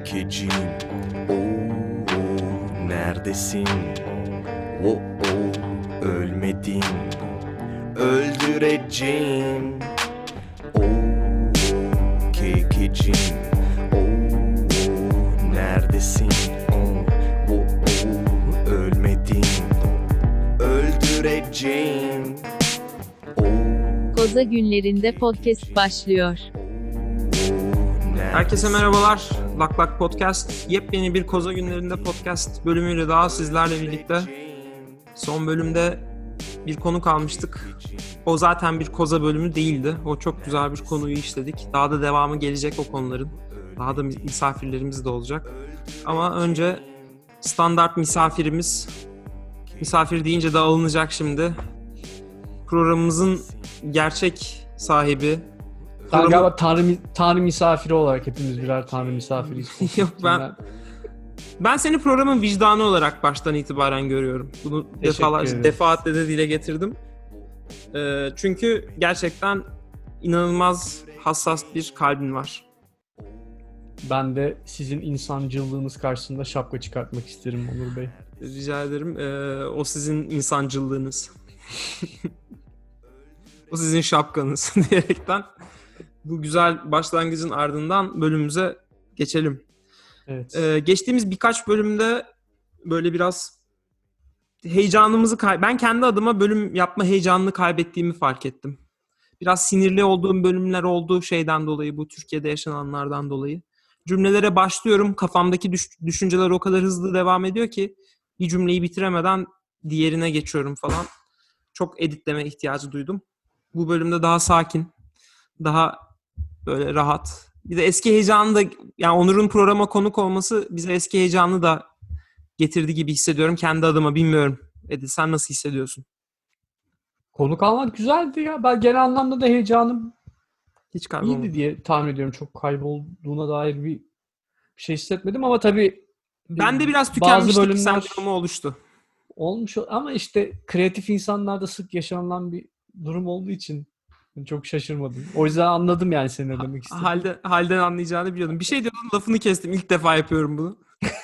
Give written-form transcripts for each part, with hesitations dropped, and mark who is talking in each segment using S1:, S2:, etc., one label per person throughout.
S1: kekecim. Oo, neredesin? Ölmedin. Öldüreceğim. Kekecim. Neredesin? Ölmedin. Öldüreceğim.
S2: Koza Günlerinde podcast başlıyor.
S3: Herkese merhabalar. Lak Lak Podcast yepyeni bir Koza Günlerinde podcast bölümüyle daha sizlerle birlikte. Son bölümde bir konu kalmıştık. O zaten bir koza bölümü değildi. O çok güzel bir konuyu işledik. Daha da devamı gelecek o konuların. Daha da misafirlerimiz de olacak. Ama önce standart misafirimiz. Misafir deyince de alınacak şimdi. Programımızın gerçek sahibi.
S4: Galiba tanrı misafiri olarak hepimiz birer tanrı misafiriyiz.
S3: Yok ben seni programın vicdanı olarak baştan itibaren görüyorum. Bunu defaatle de dile getirdim. Çünkü gerçekten inanılmaz hassas bir kalbin var.
S4: Ben de sizin insancılığınız karşısında şapka çıkartmak isterim Onur Bey.
S3: Rica ederim. O sizin insancılığınız. O sizin şapkanız diyerekten bu güzel başlangıcın ardından bölümümüze geçelim.
S4: Evet.
S3: Geçtiğimiz birkaç bölümde böyle biraz heyecanımızı ben kendi adıma bölüm yapma heyecanını kaybettiğimi fark ettim. Biraz sinirli olduğum bölümler oldu şeyden dolayı, bu Türkiye'de yaşananlardan dolayı. Cümlelere başlıyorum, kafamdaki düşünceler o kadar hızlı devam ediyor ki bir cümleyi bitiremeden diğerine geçiyorum falan. Çok editleme ihtiyacı duydum. Bu bölümde daha sakin, daha böyle rahat. Bir de eski heyecanı da, yani Onur'un programa konuk olması bize eski heyecanı da getirdi gibi hissediyorum kendi adıma. Bilmiyorum. Edil, sen nasıl hissediyorsun?
S4: Konuk almak güzeldi ya. Ben genel anlamda da heyecanım
S3: hiç kaybolmadı.
S4: İyiydi diye tahmin ediyorum. Çok kaybolduğuna dair bir şey hissetmedim ama tabii
S3: ben de biraz tükenmişlik
S4: bölümler
S3: sendromu oluştu.
S4: Olmuş ama işte kreatif insanlarda sık yaşanılan bir durum olduğu için çok şaşırmadım. O yüzden anladım yani senin ne demek istediğini.
S3: Halden anlayacağını biliyordum. Bir şey diyordun, lafını kestim. İlk defa yapıyorum bunu.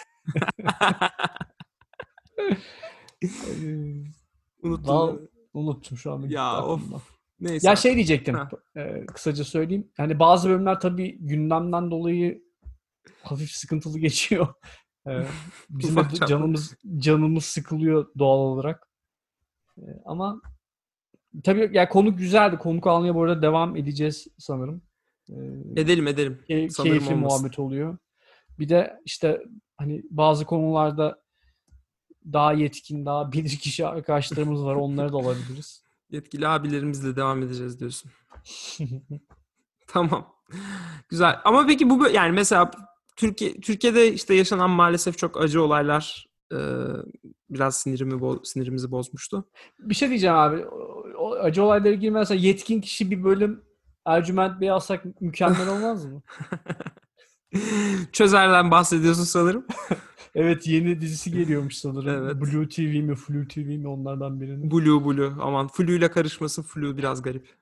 S4: Unuttum şu an.
S3: Ya of. Neyse.
S4: Ya şey diyecektim. Kısaca söyleyeyim. Yani bazı bölümler tabii gündemden dolayı hafif sıkıntılı geçiyor. Bizim de canımız sıkılıyor doğal olarak. Ama tabii ya konuk güzeldi. Konuk almaya bu arada devam edeceğiz sanırım.
S3: Edelim.
S4: Keyifli muhabbet oluyor. Bir de işte hani bazı konularda daha yetkin, daha bilirkişi arkadaşlarımız var. Onları da alabiliriz.
S3: Yetkili abilerimizle devam edeceğiz diyorsun. Tamam. Güzel. Ama peki bu yani mesela Türkiye'de işte yaşanan maalesef çok acı olaylar biraz sinirimizi bozmuştu.
S4: Bir şey diyeceğim abi. O acı olaylara girmezsen yetkin kişi bir bölüm Ercüment Bey'i alsak mükemmel olmaz mı?
S3: Çözer'den bahsediyorsun sanırım.
S4: Evet, yeni dizisi geliyormuş sanırım.
S3: Evet.
S4: Blue TV mi, Flu TV mi onlardan birinin.
S3: Blue. Aman Flu'yla karışmasın. Flu biraz garip.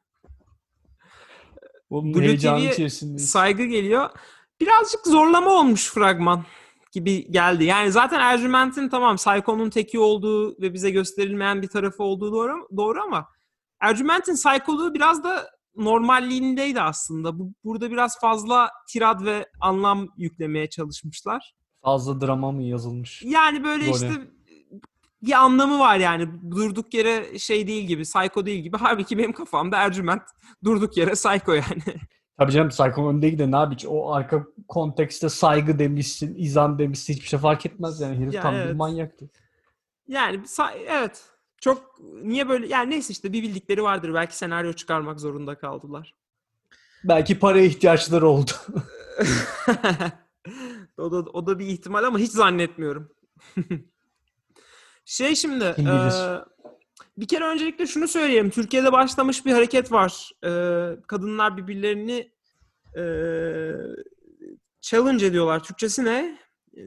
S4: Onun
S3: Blue
S4: TV'ye
S3: saygı geliyor. Birazcık zorlama olmuş fragman gibi geldi. Yani zaten Ercüment'in tamam Psycho'nun teki olduğu ve bize gösterilmeyen bir tarafı olduğu doğru ama Ercüment'in Psycho'luğu biraz da normalliğindeydi aslında. Burada biraz fazla tirad ve anlam yüklemeye çalışmışlar.
S4: Fazla drama mı yazılmış?
S3: Yani böyle işte bir anlamı var yani. Durduk yere şey değil gibi, Psycho değil gibi. Halbuki benim kafamda Ercüment durduk yere Psycho yani.
S4: Tabii canım, Psycho'nun önündeki de ne abi? O arka kontekste saygı demişsin, izan demişsin, hiçbir şey fark etmez yani. Herif tam bir manyaktı.
S3: Yani evet. Çok niye böyle, yani neyse işte bir bildikleri vardır. Belki senaryo çıkarmak zorunda kaldılar.
S4: Belki paraya ihtiyaçları oldu.
S3: O da bir ihtimal ama hiç zannetmiyorum. Şimdi bir kere öncelikle şunu söyleyeyim. Türkiye'de başlamış bir hareket var. Kadınlar birbirlerini challenge ediyorlar. Türkçesi ne?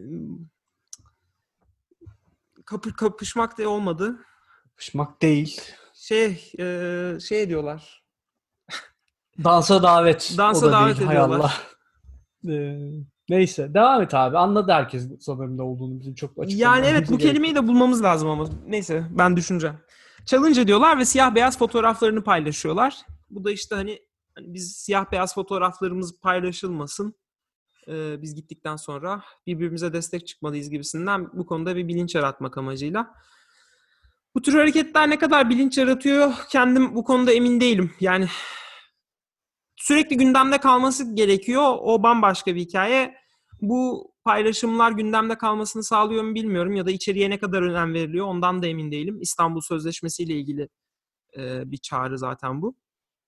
S3: Kapışmak da olmadı.
S4: Kapışmak değil.
S3: Şey diyorlar.
S4: Dansa davet.
S3: Dansa davet ediyorlar.
S4: Hay Allah. Neyse devam et abi. Anladı herkes sanırım ne olduğunu, bizim çok
S3: Yani
S4: açıklamamıza
S3: evet, bu
S4: gerek yok.
S3: kelimeyi de bulmamız lazım ama neyse, ben düşüneceğim. Challenge ediyorlar ve siyah beyaz fotoğraflarını paylaşıyorlar. Bu da işte hani biz siyah beyaz fotoğraflarımız paylaşılmasın. Biz gittikten sonra birbirimize destek çıkmalıyız gibisinden bu konuda bir bilinç yaratmak amacıyla. Bu tür hareketler ne kadar bilinç yaratıyor kendim bu konuda emin değilim. Yani sürekli gündemde kalması gerekiyor. O bambaşka bir hikaye. Bu paylaşımlar gündemde kalmasını sağlıyor mu bilmiyorum ya da içeriye ne kadar önem veriliyor ondan da emin değilim. İstanbul Sözleşmesi ile ilgili bir çağrı zaten bu.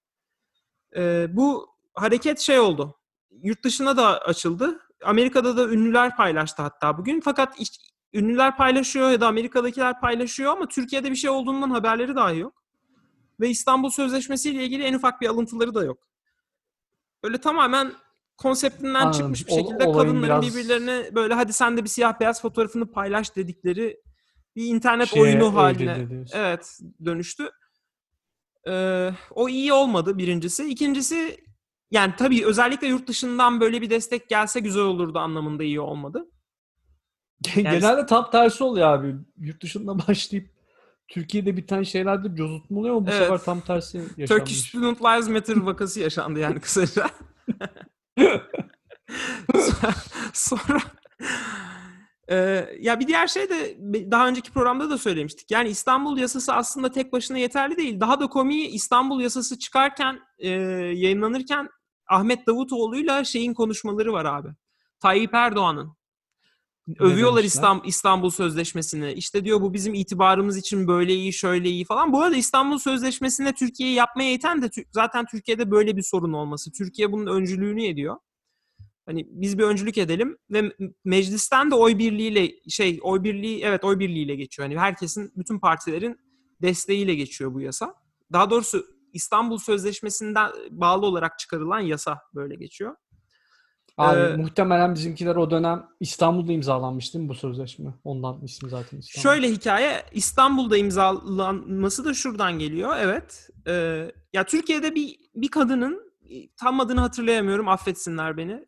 S3: Bu hareket şey oldu. Yurt dışına da açıldı. Amerika'da da ünlüler paylaştı hatta bugün. Fakat ünlüler paylaşıyor ya da Amerika'dakiler paylaşıyor ama Türkiye'de bir şey olduğundan haberleri dahi yok. Ve İstanbul Sözleşmesi ile ilgili en ufak bir alıntıları da yok. Böyle tamamen konseptinden çıkmış bir şekilde kadınların
S4: biraz
S3: birbirlerine böyle hadi sen de bir siyah beyaz fotoğrafını paylaş dedikleri bir internet oyunu haline dönüştü. O iyi olmadı birincisi. İkincisi yani tabii özellikle yurt dışından böyle bir destek gelse güzel olurdu anlamında iyi olmadı.
S4: Genelde tam tersi oluyor abi. Yurt dışında başlayıp Türkiye'de biten şeylerde cozutma oluyor ama bu sefer tam tersi yaşanmış.
S3: Turkish Student Lives Matter vakası yaşandı yani kısaca. Sonra ya bir diğer şey de daha önceki programda da söylemiştik. Yani İstanbul Yasası aslında tek başına yeterli değil. Daha da komiği İstanbul Yasası çıkarken yayınlanırken Ahmet Davutoğlu'yla şeyin konuşmaları var abi. Tayyip Erdoğan'ın. Övüyorlar İstanbul Sözleşmesi'ni. İşte diyor bu bizim itibarımız için böyle iyi, şöyle iyi falan. Bu arada İstanbul Sözleşmesi'ne Türkiye'yi yapmaya iten de zaten Türkiye'de böyle bir sorun olması. Türkiye bunun öncülüğünü ediyor. Hani biz bir öncülük edelim ve meclisten de oy birliğiyle geçiyor. Hani herkesin, bütün partilerin desteğiyle geçiyor bu yasa. Daha doğrusu İstanbul Sözleşmesi'nden bağlı olarak çıkarılan yasa böyle geçiyor.
S4: Abi muhtemelen bizimkiler o dönem İstanbul'da imzalanmış değil mi bu sözleşme? Ondan ismi zaten İstanbul.
S3: Şöyle hikaye, İstanbul'da imzalanması da şuradan geliyor. Evet. Ya Türkiye'de bir kadının, tam adını hatırlayamıyorum, affetsinler beni,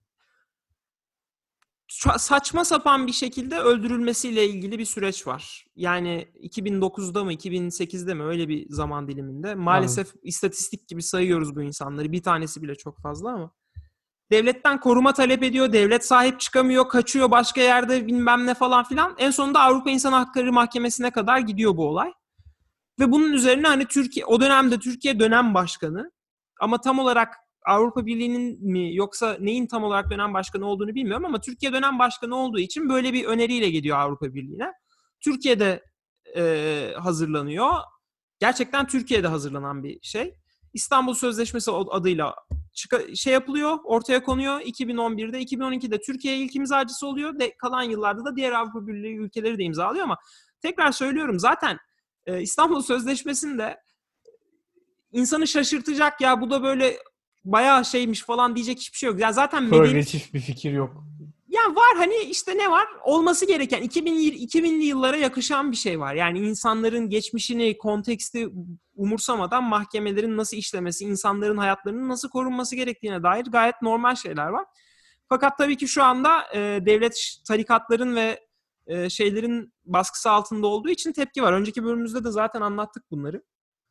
S3: saçma sapan bir şekilde öldürülmesiyle ilgili bir süreç var. Yani 2009'da mı 2008'de mi öyle bir zaman diliminde. Maalesef istatistik gibi sayıyoruz bu insanları. Bir tanesi bile çok fazla ama. Devletten koruma talep ediyor. Devlet sahip çıkamıyor. Kaçıyor başka yerde bilmem ne falan filan. En sonunda Avrupa İnsan Hakları Mahkemesi'ne kadar gidiyor bu olay. Ve bunun üzerine hani o dönemde Türkiye dönem başkanı, ama tam olarak Avrupa Birliği'nin mi yoksa neyin tam olarak dönem başkanı olduğunu bilmiyorum ama Türkiye dönem başkanı olduğu için böyle bir öneriyle gidiyor Avrupa Birliği'ne. Türkiye'de hazırlanıyor. Gerçekten Türkiye'de hazırlanan bir şey. İstanbul Sözleşmesi adıyla yapılıyor, ortaya konuyor 2011'de. 2012'de Türkiye ilk imzacısı oluyor. Kalan yıllarda da diğer Avrupa Birliği ülkeleri de imzalıyor ama tekrar söylüyorum zaten İstanbul Sözleşmesi'nde insanı şaşırtacak ya bu da böyle bayağı şeymiş falan diyecek hiçbir şey yok. Ya zaten
S4: progresif bir fikir yok.
S3: Ya var hani işte ne var? Olması gereken 2000'li yıllara yakışan bir şey var. Yani insanların geçmişini, konteksti umursamadan mahkemelerin nasıl işlemesi, insanların hayatlarının nasıl korunması gerektiğine dair gayet normal şeyler var. Fakat tabii ki şu anda devlet tarikatların ve şeylerin baskısı altında olduğu için tepki var. Önceki bölümümüzde de zaten anlattık bunları.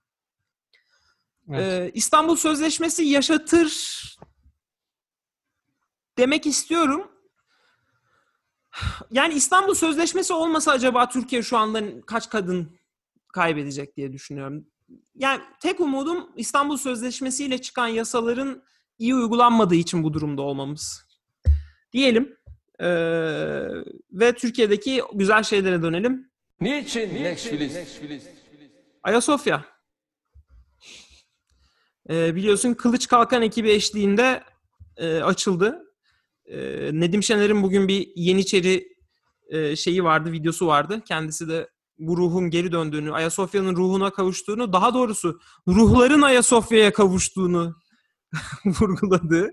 S3: Evet. İstanbul Sözleşmesi yaşatır demek istiyorum. Yani İstanbul Sözleşmesi olmasa acaba Türkiye şu anda kaç kadın kaybedecek diye düşünüyorum. Yani tek umudum İstanbul Sözleşmesi ile çıkan yasaların iyi uygulanmadığı için bu durumda olmamız. Diyelim ve Türkiye'deki güzel şeylere dönelim.
S5: Niçin Next
S3: Ayasofya. Biliyorsun Kılıç Kalkan ekibi eşliğinde açıldı. Nedim Şener'in bugün bir Yeniçeri şeyi vardı, videosu vardı. Kendisi de bu ruhun geri döndüğünü, Ayasofya'nın ruhuna kavuştuğunu, daha doğrusu ruhların Ayasofya'ya kavuştuğunu vurguladı.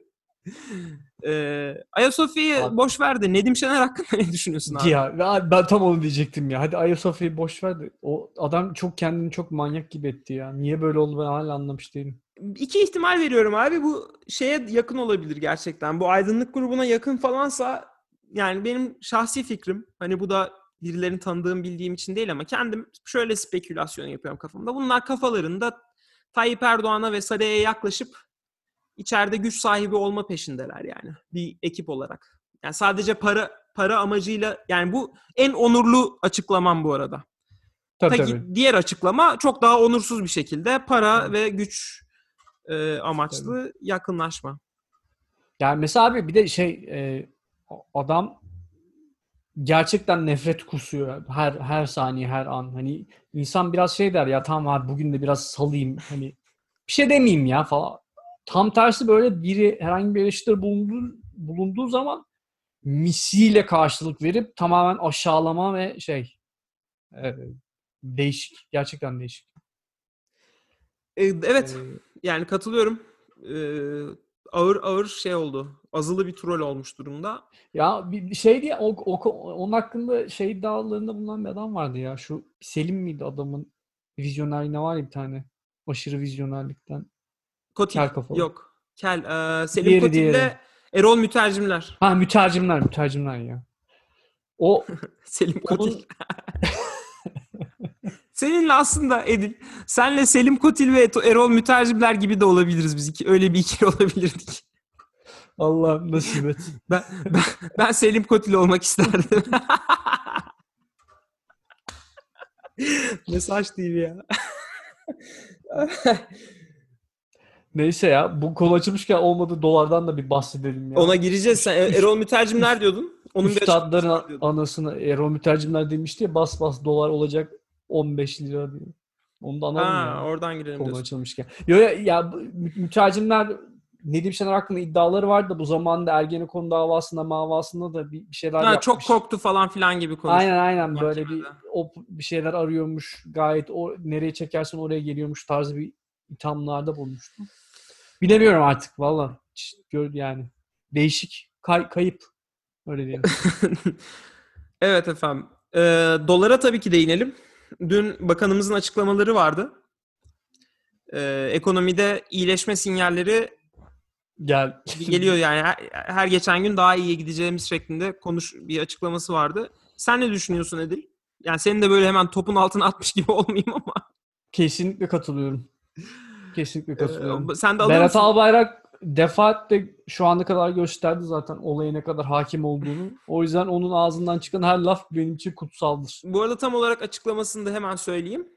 S3: Ayasofya'yı boş ver de Nedim Şener hakkında ne düşünüyorsun abi?
S4: Ya ben tam onu diyecektim ya. Hadi Ayasofya'yı boş ver de o adam kendini çok manyak gibi etti ya. Niye böyle oldu ben hala anlamış değilim.
S3: İki ihtimal veriyorum abi. Bu şeye yakın olabilir gerçekten. Bu aydınlık grubuna yakın falansa, yani benim şahsi fikrim, hani bu da birilerini tanıdığım bildiğim için değil ama kendim şöyle spekülasyon yapıyorum kafamda. Bunlar kafalarında Tayyip Erdoğan'a ve Sare'ye yaklaşıp içeride güç sahibi olma peşindeler yani. Bir ekip olarak. Yani sadece para amacıyla, yani bu en onurlu açıklamam bu arada.
S4: Tabii.
S3: Diğer açıklama çok daha onursuz bir şekilde para ve güç amaçlı yakınlaşma.
S4: Yani mesela abi bir de adam gerçekten nefret kusuyor her saniye, her an. Hani insan biraz şey der ya, tamam abi bugün de biraz salayım, hani bir şey demeyeyim ya falan. Tam tersi, böyle biri herhangi bir eleştiri bulunduğu zaman misliyle karşılık verip tamamen aşağılama ve değişik. Gerçekten değişik.
S3: Evet. Yani katılıyorum. Ağır şey oldu. Azılı bir troll olmuş durumda.
S4: Ya bir şey diye onun hakkında şey iddialarında bulunan bir adam vardı ya. Şu Selim miydi adamın? Vizyonerliğine var ya bir tane. Aşırı vizyonerlikten.
S3: Kotil.
S4: Kel kafalı.
S3: Yok. Selim
S4: Diğeri.
S3: Kotil'le Erol Mütercimler.
S4: Ha, mütercimler ya. O
S3: Selim Kotil.
S4: onun
S3: Seninle aslında Edil, senle Selim Kotil ve Erol Mütercimler gibi de olabiliriz biz. Öyle bir ikili olabilirdik.
S4: Allah nasip et.
S3: Ben Selim Kotil olmak isterdim. Mesaj TV ya.
S4: Neyse ya, bu konu açılmışken olmadı dolardan da bir bahsedelim ya.
S3: Ona gireceğiz. Sen Erol Mütercimler diyordun. Onun
S4: Üstadların anasını Erol Mütercimler demişti ya, bas dolar olacak 15 lira diyor. Onu da analım ya.
S3: Oradan girelim
S4: konu
S3: diyorsun.
S4: açılmışken. Ya mütercimler, Nedim Şener hakkında iddiaları vardı da bu zamanda Ergenekon davasında da bir şeyler yapmış.
S3: Çok korktu falan filan gibi konuştu.
S4: Aynen böyle bir şeyler arıyormuş. Gayet o nereye çekersen oraya geliyormuş tarzı bir ithamlarda bulunmuştu. Bilemiyorum artık valla. Yani değişik. Kayıp. Öyle diyelim.
S3: Evet efendim. Dolara tabii ki değinelim. Dün bakanımızın açıklamaları vardı. Ekonomide iyileşme sinyalleri geliyor yani. Her geçen gün daha iyiye gideceğimiz şeklinde bir açıklaması vardı. Sen ne düşünüyorsun Edil? Yani senin de böyle hemen topun altına atmış gibi olmayayım ama.
S4: Kesinlikle katılıyorum.
S3: Sen de alıyor
S4: Berat
S3: musun?
S4: Albayrak defaatle şu ana kadar gösterdi zaten olaya ne kadar hakim olduğunu. O yüzden onun ağzından çıkan her laf benim için kutsaldır.
S3: Bu arada tam olarak açıklamasını da hemen söyleyeyim.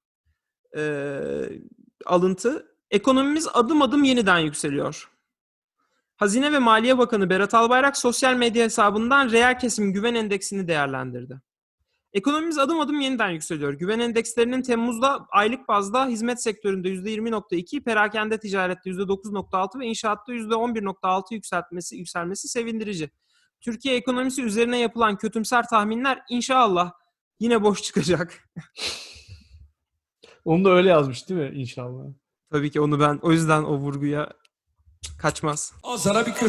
S3: Alıntı. Ekonomimiz adım adım yeniden yükseliyor. Hazine ve Maliye Bakanı Berat Albayrak sosyal medya hesabından reel kesim güven endeksini değerlendirdi. Ekonomimiz adım adım yeniden yükseliyor. Güven endekslerinin Temmuz'da aylık bazda hizmet sektöründe %20.2, perakende ticarette %9.6 ve inşaatta %11.6 yükselmesi sevindirici. Türkiye ekonomisi üzerine yapılan kötümser tahminler inşallah yine boş çıkacak.
S4: Onu da öyle yazmış değil mi inşallah?
S3: Tabii ki onu ben o yüzden o vurguya kaçmaz.
S5: Sana bir kür.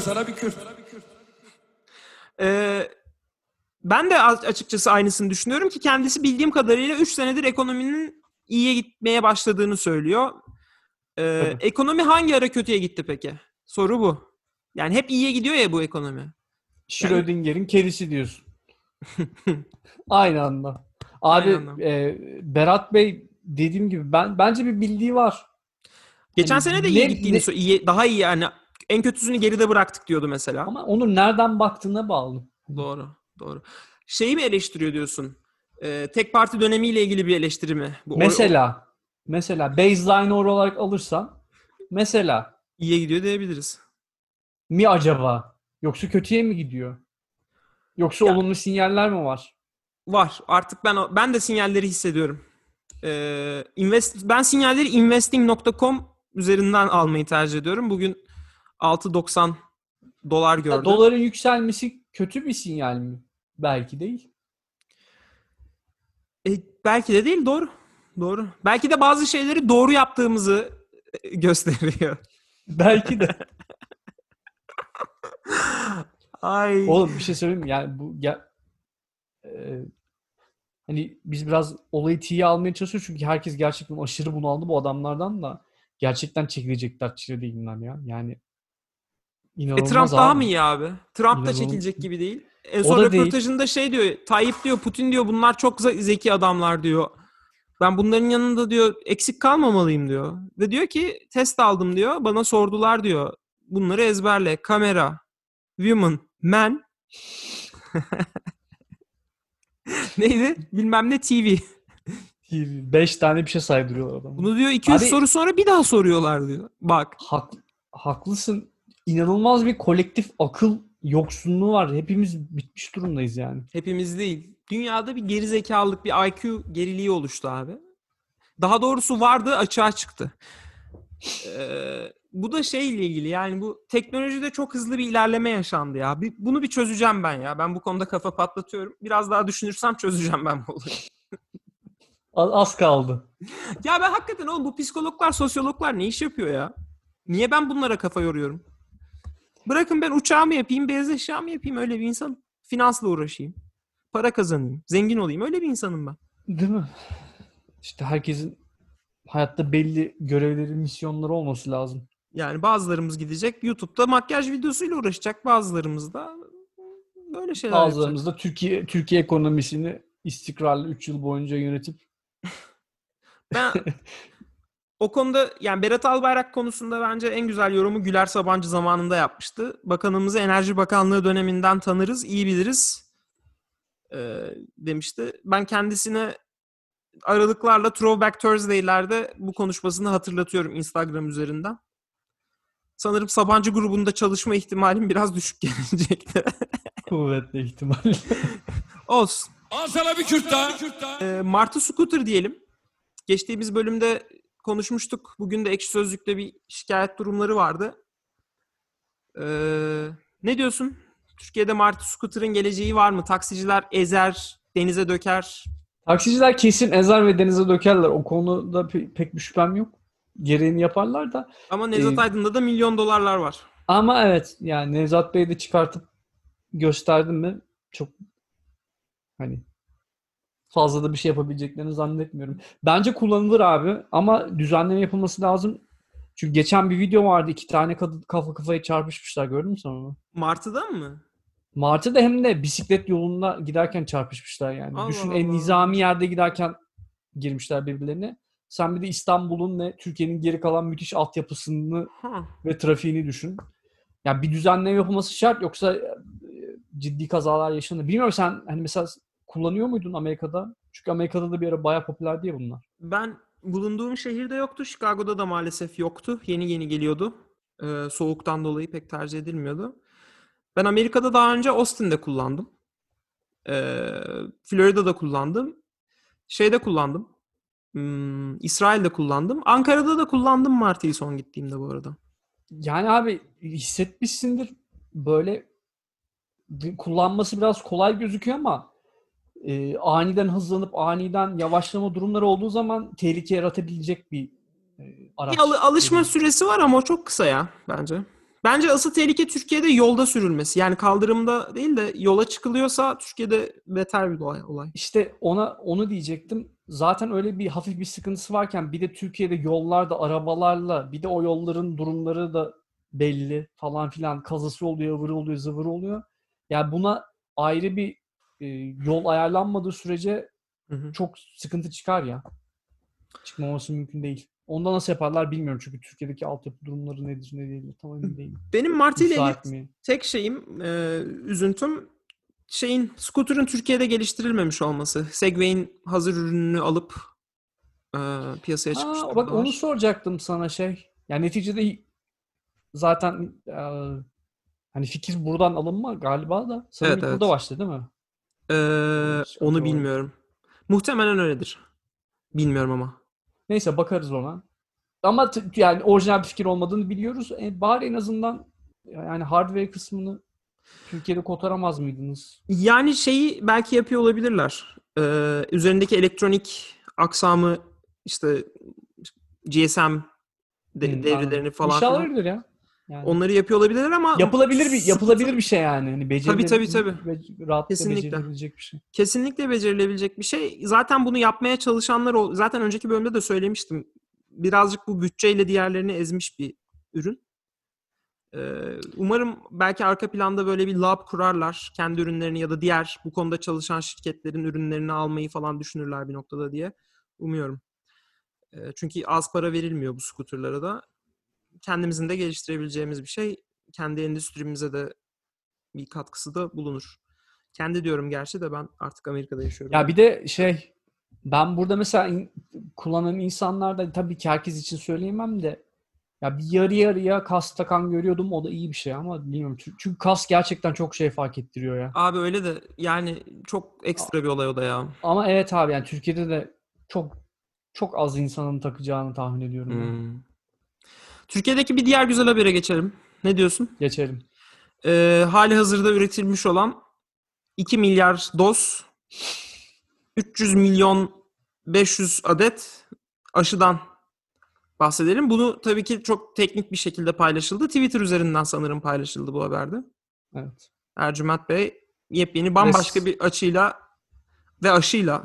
S3: Ben de açıkçası aynısını düşünüyorum ki kendisi bildiğim kadarıyla 3 senedir ekonominin iyiye gitmeye başladığını söylüyor. Ekonomi hangi ara kötüye gitti peki? Soru bu. Yani hep iyiye gidiyor ya bu ekonomi.
S4: Schrödinger'in kedisi diyorsun. Aynı anda. Abi Berat Bey dediğim gibi bence bir bildiği var.
S3: Geçen sene de iyi gittiğini söylüyor. Daha iyi yani. En kötüsünü geride bıraktık diyordu mesela.
S4: Ama onun nereden baktığına bağlı.
S3: Doğru. Şeyi mi eleştiriyor diyorsun? Tek parti dönemiyle ilgili bir eleştiri mi?
S4: Mesela baseline olarak alırsan mesela
S3: iyiye gidiyor diyebiliriz.
S4: Mi acaba? Yoksa kötüye mi gidiyor? Yoksa olumlu sinyaller mi var?
S3: Var. Artık ben de sinyalleri hissediyorum. Ben sinyalleri investing.com üzerinden almayı tercih ediyorum. Bugün 6.90 dolar gördü.
S4: Doların yükselmesi kötü bir sinyal mi? Belki değil.
S3: Belki de değil. Doğru. Belki de bazı şeyleri doğru yaptığımızı gösteriyor.
S4: Belki de.
S3: Ay.
S4: Oğlum bir şey söyleyeyim mi? Yani hani biz biraz olayı tiye almaya çalışıyoruz çünkü herkes gerçekten aşırı bunaldı bu adamlardan da. gerçekten çekilecek dertçileri değiller ya. Yani inanılmaz
S3: Trump daha
S4: abi.
S3: mı iyi abi? Trump da
S4: İnanılmaz.
S3: çekilecek gibi değil. En
S4: O
S3: son
S4: da değil.
S3: röportajında şey diyor. Tayyip diyor, Putin diyor bunlar çok zeki adamlar diyor. Ben bunların yanında diyor eksik kalmamalıyım diyor. Ve diyor ki test aldım diyor. Bana sordular diyor. Bunları ezberle. Kamera, woman, man. Neydi? Bilmem ne TV.
S4: 5 tane bir şey saydırıyorlar adamı.
S3: Bunu diyor 200
S4: Abi-
S3: soru sonra bir daha soruyorlar diyor. Bak.
S4: Haklısın. İnanılmaz bir kolektif akıl yoksunluğu var. Hepimiz bitmiş durumdayız yani.
S3: Hepimiz değil. Dünyada bir gerizekalılık, bir IQ geriliği oluştu abi. Daha doğrusu vardı, açığa çıktı. Bu da şeyle ilgili, yani bu teknolojide çok hızlı bir ilerleme yaşandı ya. Bunu bir çözeceğim ben ya. Ben bu konuda kafa patlatıyorum. Biraz daha düşünürsem çözeceğim ben bu olayı.
S4: Az kaldı.
S3: Ya ben hakikaten oğlum bu psikologlar, sosyologlar ne iş yapıyor ya? Niye ben bunlara kafa yoruyorum? Bırakın ben uçağımı yapayım, beyaz eşyamı yapayım, öyle bir insanım. Finansla uğraşayım. Para kazanayım, zengin olayım. Öyle bir insanım ben.
S4: Değil mi? İşte herkesin hayatta belli görevleri, misyonları olması lazım.
S3: Yani bazılarımız gidecek YouTube'da makyaj videosuyla uğraşacak. Bazılarımız da böyle şeyler yapacak.
S4: Bazılarımız da Türkiye ekonomisini istikrarlı 3 yıl boyunca yönetip
S3: Ben o konuda yani Berat Albayrak konusunda bence en güzel yorumu Güler Sabancı zamanında yapmıştı. Bakanımızı Enerji Bakanlığı döneminden tanırız, iyi biliriz demişti. Ben kendisine aralıklarla Throwback Thursday'lerde bu konuşmasını hatırlatıyorum Instagram üzerinden. Sanırım Sabancı grubunda çalışma ihtimalim biraz düşük gelecekti.
S4: kuvvetle ihtimalle.
S3: Olsun.
S5: Al sana bir Kürt daha.
S3: Martı Scooter diyelim. Geçtiğimiz bölümde konuşmuştuk. Bugün de Ekşi Sözlük'te bir şikayet durumları vardı. Ne diyorsun? Türkiye'de Martı Scooter'ın geleceği var mı? Taksiciler ezer, denize döker.
S4: Taksiciler kesin ezer ve denize dökerler. O konuda pek bir şüphem yok. Gereğini yaparlar da.
S3: Ama Nevzat Aydın'da da milyon dolarlar var.
S4: Ama evet yani Nevzat Bey'i de çıkartıp gösterdim mi çok hani fazla da bir şey yapabileceklerini zannetmiyorum. Bence kullanılır abi ama düzenleme yapılması lazım. Çünkü geçen bir video vardı. 2 tane kadın kafa kafaya çarpışmışlar. Gördün mü sen onu?
S3: Martı'dan mı?
S4: Martı'da hem de bisiklet yolunda giderken çarpışmışlar yani.
S3: Allah
S4: Düşün
S3: Allah.
S4: en nizami yerde giderken girmişler birbirlerine. Sen bir de İstanbul'un ve Türkiye'nin geri kalan müthiş altyapısını ve trafiğini düşün. Yani bir düzenleme yapılması şart yoksa ciddi kazalar yaşanır. Bilmiyorum sen hani mesela kullanıyor muydun Amerika'da? Çünkü Amerika'da da bir ara bayağı popüler diye bunlar.
S3: Ben bulunduğum şehirde yoktu. Chicago'da da maalesef yoktu. Yeni yeni geliyordu. Soğuktan dolayı pek tercih edilmiyordu. Ben Amerika'da daha önce Austin'de kullandım. Florida'da kullandım. Şeyde kullandım. İsrail'de kullandım. Ankara'da da kullandım Martı'yı son gittiğimde bu arada.
S4: Yani abi hissetmişsindir böyle kullanması biraz kolay gözüküyor ama aniden hızlanıp aniden yavaşlama durumları olduğu zaman tehlike yaratabilecek bir araç.
S3: Bir alışma süresi var ama o çok kısa ya bence. Bence asıl tehlike Türkiye'de yolda sürülmesi. Yani kaldırımda değil de yola çıkılıyorsa Türkiye'de beter bir olay.
S4: İşte onu diyecektim. Zaten öyle bir hafif bir sıkıntısı varken bir de Türkiye'de yollarda arabalarla bir de o yolların durumları da belli falan filan. Kazası oluyor, ıvırı oluyor, zıvırı oluyor. Yani buna ayrı bir yol ayarlanmadığı sürece çok sıkıntı çıkar ya. Çıkmaması mümkün değil. Onda nasıl yaparlar bilmiyorum çünkü Türkiye'deki altyapı durumları nedir ne değildir tam emin değilim.
S3: Benim Martı ile
S4: Müsait
S3: ilgili
S4: mi?
S3: tek şeyim, üzüntüm scooter'ın Türkiye'de geliştirilmemiş olması. Segway'in hazır ürününü alıp piyasaya çıkmışlar.
S4: Bak onu soracaktım sana Yani neticede zaten hani fikir buradan alınma galiba da. Sanırım
S3: Evet.
S4: burada başladı değil mi?
S3: Onu bilmiyorum. Muhtemelen öyledir. Bilmiyorum ama.
S4: Neyse bakarız ona. Ama yani orijinal bir fikir olmadığını biliyoruz. Bari en azından yani hardware kısmını Türkiye'de kotaramaz mıydınız?
S3: Yani şeyi belki yapıyor olabilirler. Üzerindeki elektronik aksamı işte GSM devrelerini falan.
S4: İnşallah öyledir ya. Yani.
S3: Onları yapıyor olabilirler ama
S4: yapılabilir bir şey yani. Hani
S3: tabii.
S4: Rahatlıkla becerilebilecek bir şey.
S3: Kesinlikle becerilebilecek bir şey. Zaten bunu yapmaya çalışanlar zaten önceki bölümde de söylemiştim. birazcık bu bütçeyle diğerlerini ezmiş bir ürün. Umarım belki arka planda böyle bir lab kurarlar. Kendi ürünlerini ya da diğer bu konuda çalışan şirketlerin ürünlerini almayı falan düşünürler bir noktada diye umuyorum. Çünkü az para verilmiyor bu scooter'lara da. Kendimizin de geliştirebileceğimiz bir şey. Kendi endüstrimize de bir katkısı da bulunur. Kendi diyorum gerçi de ben artık Amerika'da yaşıyorum.
S4: Ya bir de ben burada mesela kullanan insanlar da tabii ki herkes için söyleyemem de ya bir yarı yarıya kask takan görüyordum. O da iyi bir şey ama bilmiyorum. Çünkü kask gerçekten çok şey fark ettiriyor ya.
S3: Abi öyle de yani çok ekstra bir olay o da ya.
S4: Ama evet abi yani Türkiye'de de çok çok az insanın takacağını tahmin ediyorum.
S3: Türkiye'deki bir diğer güzel habere geçelim. Ne diyorsun?
S4: Geçelim.
S3: Hali hazırda üretilmiş olan 2 milyar doz 300 milyon 500 adet aşıdan bahsedelim. Bunu tabii ki çok teknik bir şekilde paylaşıldı. Twitter üzerinden sanırım paylaşıldı bu haberde.
S4: Evet.
S3: Ercüment Bey yepyeni bambaşka bir açıyla ve aşıyla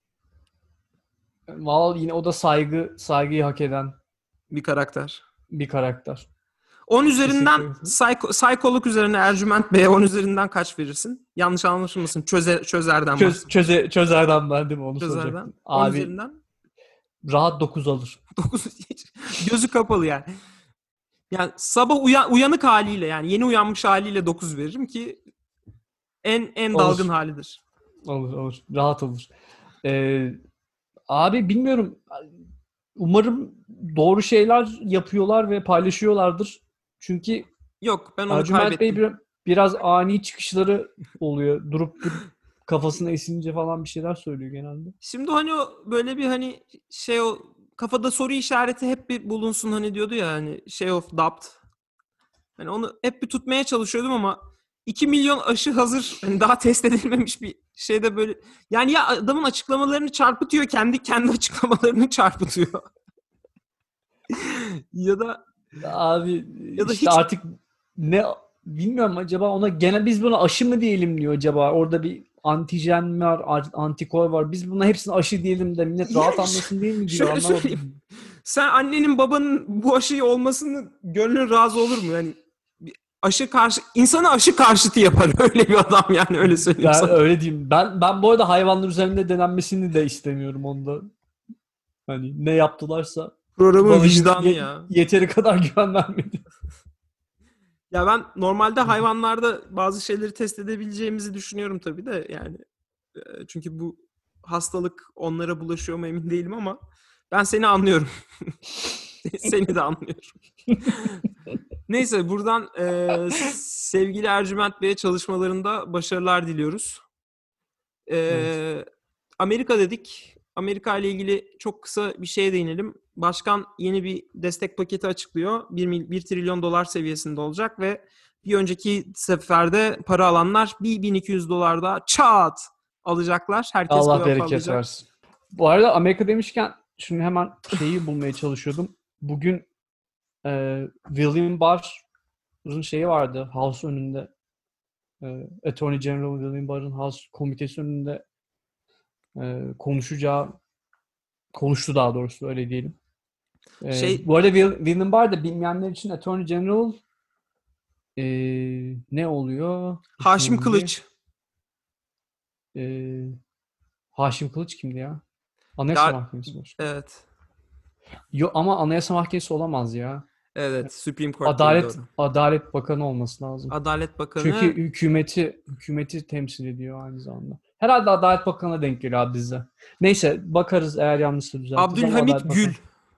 S4: Vallahi yine o da saygıyı hak eden
S3: bir karakter.
S4: bir karakter.
S3: 10 üzerinden psikolog üzerine Ercüment Bey'e 10 üzerinden kaç verirsin? Yanlış anlaşılmasın. Çözer'den bahsediyorum.
S4: Çözer'den ben değil mi onu
S3: Çözer'den.
S4: soracaktım.
S3: 10
S4: Abi
S3: üzerinden
S4: rahat 9 alır.
S3: 9 gözü kapalı yani. Yani sabah uyanık haliyle yani yeni uyanmış haliyle 9 veririm ki en dalgın halidir.
S4: Olur. Rahat olur. Abi bilmiyorum. Umarım doğru şeyler yapıyorlar ve paylaşıyorlardır. Çünkü
S3: Yok ben onu
S4: Ercüment Bey
S3: kaybettim.
S4: biraz ani çıkışları oluyor. Durup kafasına esince falan bir şeyler söylüyor genelde.
S3: Şimdi hani o böyle bir hani o kafada soru işareti hep bir bulunsun hani diyordu ya hani of doubt. Hani onu hep bir tutmaya çalışıyordum ama 2 milyon aşı hazır. Hani daha test edilmemiş bir şeyde böyle. Yani ya adamın açıklamalarını çarpıtıyor. Kendi açıklamalarını çarpıtıyor. ya da
S4: Abi
S3: ya da
S4: işte
S3: hiç
S4: artık ne bilmiyorum acaba ona gene biz buna aşı mı diyelim diyor acaba. Orada bir antijen var, antikor var. Biz buna hepsini aşı diyelim de millet rahat anlasın değil mi diyor.
S3: Şöyle söyleyeyim. Sen annenin babanın bu aşıyı olmasını gönlün razı olur mu? Yani aşı karşı insanı aşı karşıtı yapar öyle bir adam yani öyle söyleyeyim
S4: Ben
S3: sana.
S4: öyle diyeyim. Ben bu arada hayvanlar üzerinde denenmesini de istemiyorum onda. Hani ne yaptılarsa
S3: Programın vicdanı ya.
S4: Yeteri kadar güven vermedi.
S3: Ya ben normalde hayvanlarda bazı şeyleri test edebileceğimizi düşünüyorum tabii de yani. Çünkü bu hastalık onlara bulaşıyor mu emin değilim ama ben seni anlıyorum. Seni de anlıyorum. Neyse buradan sevgili Ercüment Bey'e çalışmalarında başarılar diliyoruz.
S4: Evet.
S3: Amerika dedik. Amerika ile ilgili çok kısa bir şeye değinelim. Başkan yeni bir destek paketi açıklıyor. 1 trilyon dolar seviyesinde olacak ve bir önceki seferde para alanlar $1.200 daha çat alacaklar. Herkes
S4: Allah bereket versin. Bu arada Amerika demişken şimdi hemen bulmaya çalışıyordum. Bugün William Barr'ın vardı House önünde. Attorney General William Barr'ın House komitesi önünde konuştu daha doğrusu öyle diyelim. Bu arada William Barr da bilmeyenler için Attorney General ne oluyor?
S3: Haşim Kılıç.
S4: Haşim Kılıç kimdi ya? Anayasa Mahkemesi mi?
S3: Evet.
S4: Ama Anayasa Mahkemesi olamaz ya.
S3: Evet, Supreme Court.
S4: Adalet Bakanı olması lazım.
S3: Adalet Bakanı.
S4: Çünkü hükümeti temsil ediyor aynı zamanda. Herhalde Adalet Bakanı'na denk geliyor abi bize. Neyse bakarız eğer yanlışsa düzeltiriz.
S3: Abdülhamit Gül.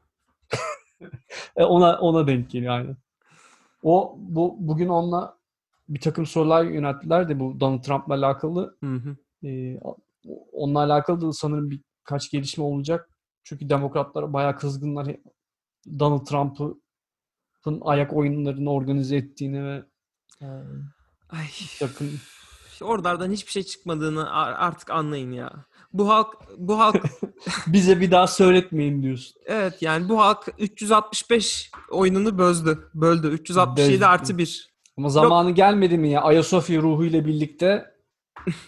S4: ona denk geliyor aynen. Bugün onunla bir takım sorular yönelttiler de bu Donald Trump'la alakalı. Onunla alakalı da sanırım birkaç gelişme olacak. Çünkü demokratlar bayağı kızgınlar. Donald Trump'ın ayak oyunlarını organize ettiğini ve takım
S3: oralardan hiçbir şey çıkmadığını artık anlayın ya. Bu halk
S4: bize bir daha söyletmeyin diyorsun.
S3: Evet yani bu halk 365 oyununu böldü. 367 artı 1.
S4: Ama zamanı gelmedi mi ya? Ayasofya ruhuyla birlikte.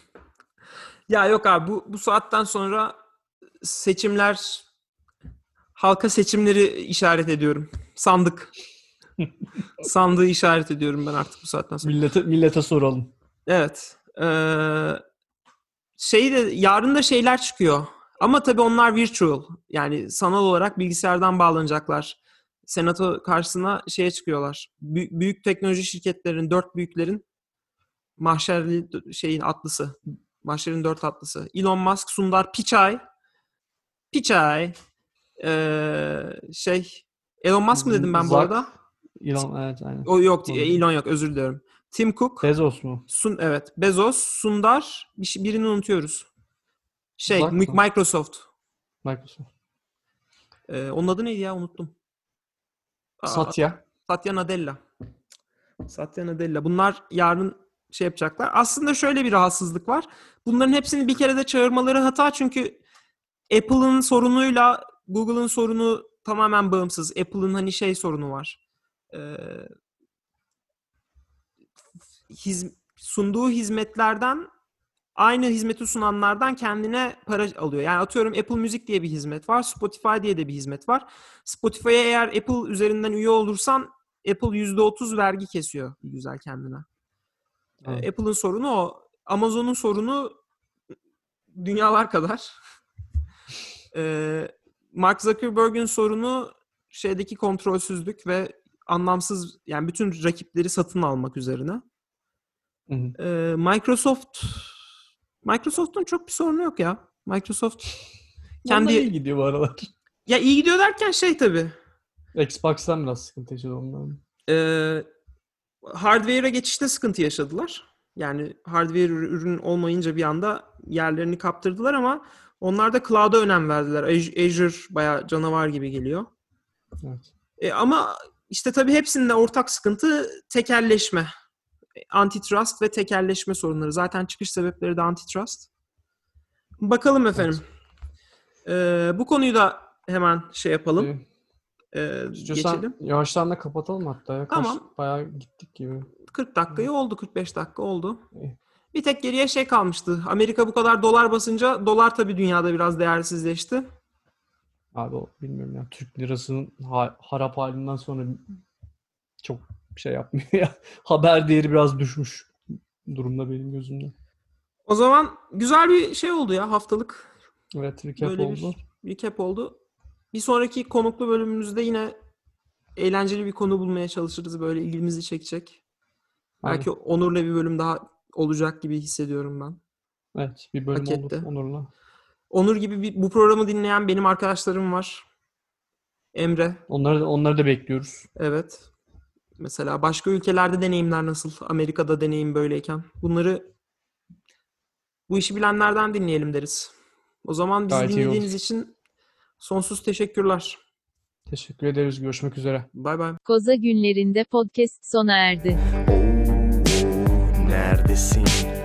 S3: Ya yok abi bu saatten sonra seçimler halka seçimleri işaret ediyorum. Sandık. Sandığı işaret ediyorum ben artık bu saatten sonra.
S4: Millete soralım.
S3: Evet. Yarın da şeyler çıkıyor. Ama tabii onlar virtual. Yani sanal olarak bilgisayardan bağlanacaklar. Senato karşısına çıkıyorlar. Büyük teknoloji şirketlerin, 4 büyüklerin mahşerli atlısı. Mahşerin 4 atlısı. Elon Musk, Sundar Pichai. Elon Musk mı dedim ben bu arada?
S4: Elon, evet aynen.
S3: O yok, Elon yok, özür diliyorum. Tim Cook.
S4: Bezos mu?
S3: Evet, Bezos, Sundar, birini unutuyoruz. Microsoft. Onun adı neydi ya, unuttum. Satya Nadella. Bunlar yarın yapacaklar. Aslında şöyle bir rahatsızlık var. Bunların hepsini bir kere de çağırmaları hata, çünkü Apple'ın sorunuyla Google'ın sorunu tamamen bağımsız. Apple'ın sorunu var. Sunduğu hizmetlerden, aynı hizmeti sunanlardan kendine para alıyor. Yani atıyorum Apple Music diye bir hizmet var. Spotify diye de bir hizmet var. Spotify'a eğer Apple üzerinden üye olursan Apple %30 vergi kesiyor bir güzel kendine. Apple'ın sorunu o. Amazon'un sorunu dünyalar kadar. Mark Zuckerberg'in sorunu kontrolsüzlük ve anlamsız, yani bütün rakipleri satın almak üzerine. Microsoft'un çok bir sorunu yok ya. Microsoft
S4: kendi iyi gidiyor bu aralar.
S3: Ya iyi gidiyor derken tabii.
S4: Xbox'tan biraz sıkıntı yaşadı onların.
S3: Hardware'a geçişte sıkıntı yaşadılar. Yani hardware ürün olmayınca bir anda yerlerini kaptırdılar, ama onlar da cloud'a önem verdiler. Azure bayağı canavar gibi geliyor.
S4: Evet.
S3: Ama tabii hepsinde ortak sıkıntı tekelleşme. Antitrust ve tekelleşme sorunları. Zaten çıkış sebepleri de antitrust. Bakalım efendim. Evet. Bu konuyu da hemen yapalım. Geçelim.
S4: Yavaştan da kapatalım hatta.
S3: Tamam.
S4: Bayağı gittik gibi.
S3: 40 dakikayı oldu, 45 dakika oldu. Bir tek geriye kalmıştı. Amerika bu kadar dolar basınca dolar tabii dünyada biraz değersizleşti.
S4: Abi bilmiyorum ya. Türk lirasının harap halinden sonra çok yapmıyor ya. Haber değeri biraz düşmüş durumda benim gözümde.
S3: O zaman güzel bir oldu ya, haftalık.
S4: Evet, recap oldu.
S3: Bir recap oldu. Bir sonraki konuklu bölümümüzde yine eğlenceli bir konu bulmaya çalışırız. Böyle ilgimizi çekecek.
S4: Aynen.
S3: Belki Onur'la bir bölüm daha olacak gibi hissediyorum ben.
S4: Evet, bir bölüm olur Onur'la.
S3: Onur gibi bu programı dinleyen benim arkadaşlarım var. Emre.
S4: Onları da bekliyoruz.
S3: Evet. Mesela başka ülkelerde deneyimler nasıl? Amerika'da deneyim böyleyken. Bu işi bilenlerden dinleyelim deriz. O zaman bizi dinlediğiniz için sonsuz teşekkürler.
S4: Teşekkür ederiz. Görüşmek üzere.
S3: Bay bay.
S2: Koza günlerinde podcast sona erdi.
S1: Neredesin?